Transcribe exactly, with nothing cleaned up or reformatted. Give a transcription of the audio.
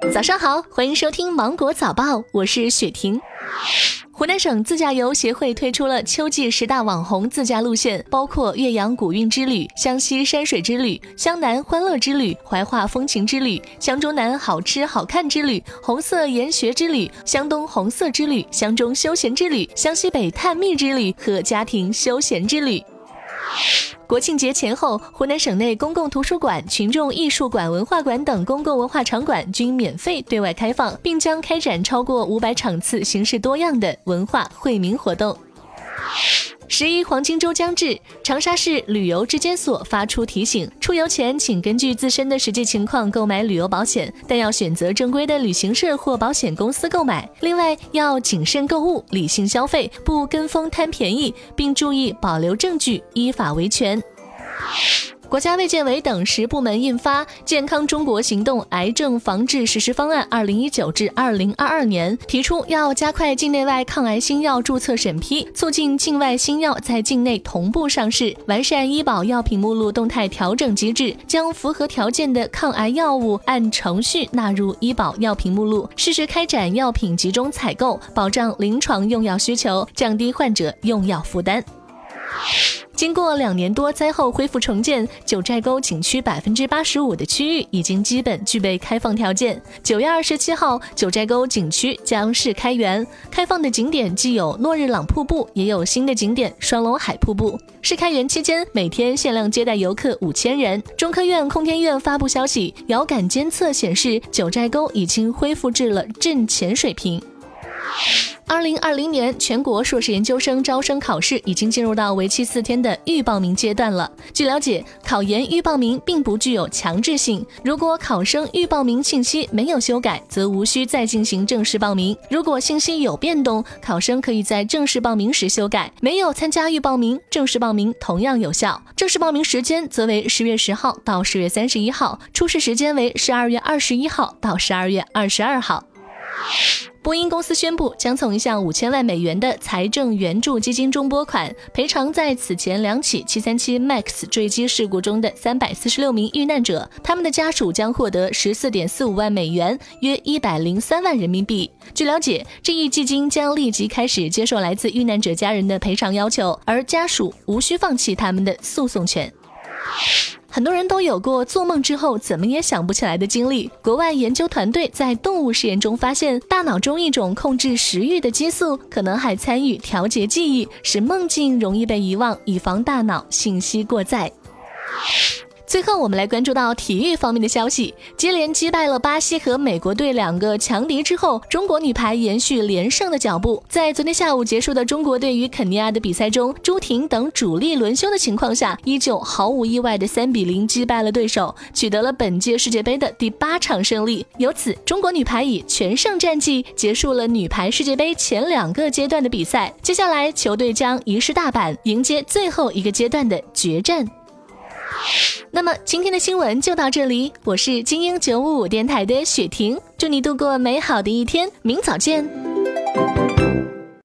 早上好，欢迎收听芒果早报，我是雪婷。湖南省自驾游协会推出了秋季十大网红自驾路线，包括岳阳古韵之旅、湘西山水之旅、湘南欢乐之旅、怀化风情之旅、湘中南好吃好看之旅、红色研学之旅、湘东红色之旅、湘中休闲之旅、湘西北探秘之旅和家庭休闲之旅。国庆节前后，湖南省内公共图书馆、群众艺术馆、文化馆等公共文化场馆均免费对外开放，并将开展超过五百场次、形式多样的文化惠民活动。十一黄金周将至，长沙市旅游质监所发出提醒：出游前请根据自身的实际情况购买旅游保险，但要选择正规的旅行社或保险公司购买。另外，要谨慎购物，理性消费，不跟风贪便宜，并注意保留证据，依法维权。国家卫健委等十部门印发《健康中国行动癌症防治实施方案（二零一九至二零二二年）》，提出要加快境内外抗癌新药注册审批，促进境外新药在境内同步上市，完善医保药品目录动态调整机制，将符合条件的抗癌药物按程序纳入医保药品目录，适时开展药品集中采购，保障临床用药需求，降低患者用药负担。经过两年多灾后恢复重建，九寨沟景区百分之八十五的区域已经基本具备开放条件。九月二十七号，九寨沟景区将试开园，开放的景点既有诺日朗瀑布，也有新的景点双龙海瀑布。试开园期间，每天限量接待游客五千人。中科院空天院发布消息，遥感监测显示，九寨沟已经恢复至了震前水平。二零二零年全国硕士研究生招生考试已经进入到为期四天的预报名阶段了。据了解，考研预报名并不具有强制性，如果考生预报名信息没有修改，则无需再进行正式报名；如果信息有变动，考生可以在正式报名时修改。没有参加预报名，正式报名同样有效。正式报名时间则为十月十号到十月三十一号，初试时间为十二月二十一号到十二月二十二号。波音公司宣布，将从一项五千万美元的财政援助基金中拨款，赔偿在此前两起七三七 MAX 坠机事故中的三百四十六名遇难者，他们的家属将获得 十四点四五万美元，约一百零三万人民币。据了解，这一基金将立即开始接受来自遇难者家人的赔偿要求，而家属无需放弃他们的诉讼权。很多人都有过做梦之后怎么也想不起来的经历。国外研究团队在动物实验中发现，大脑中一种控制食欲的激素可能还参与调节记忆，使梦境容易被遗忘，以防大脑信息过载。最后我们来关注到体育方面的消息，接连击败了巴西和美国队两个强敌之后，中国女排延续连胜的脚步。在昨天下午结束的中国队与肯尼亚的比赛中，朱婷等主力轮休的情况下，依旧毫无意外的三比零击败了对手，取得了本届世界杯的第八场胜利。由此，中国女排以全胜战绩结束了女排世界杯前两个阶段的比赛。接下来，球队将移师大阪，迎接最后一个阶段的决战。那么今天的新闻就到这里，我是精英九五五电台的雪婷，祝你度过美好的一天，明早见。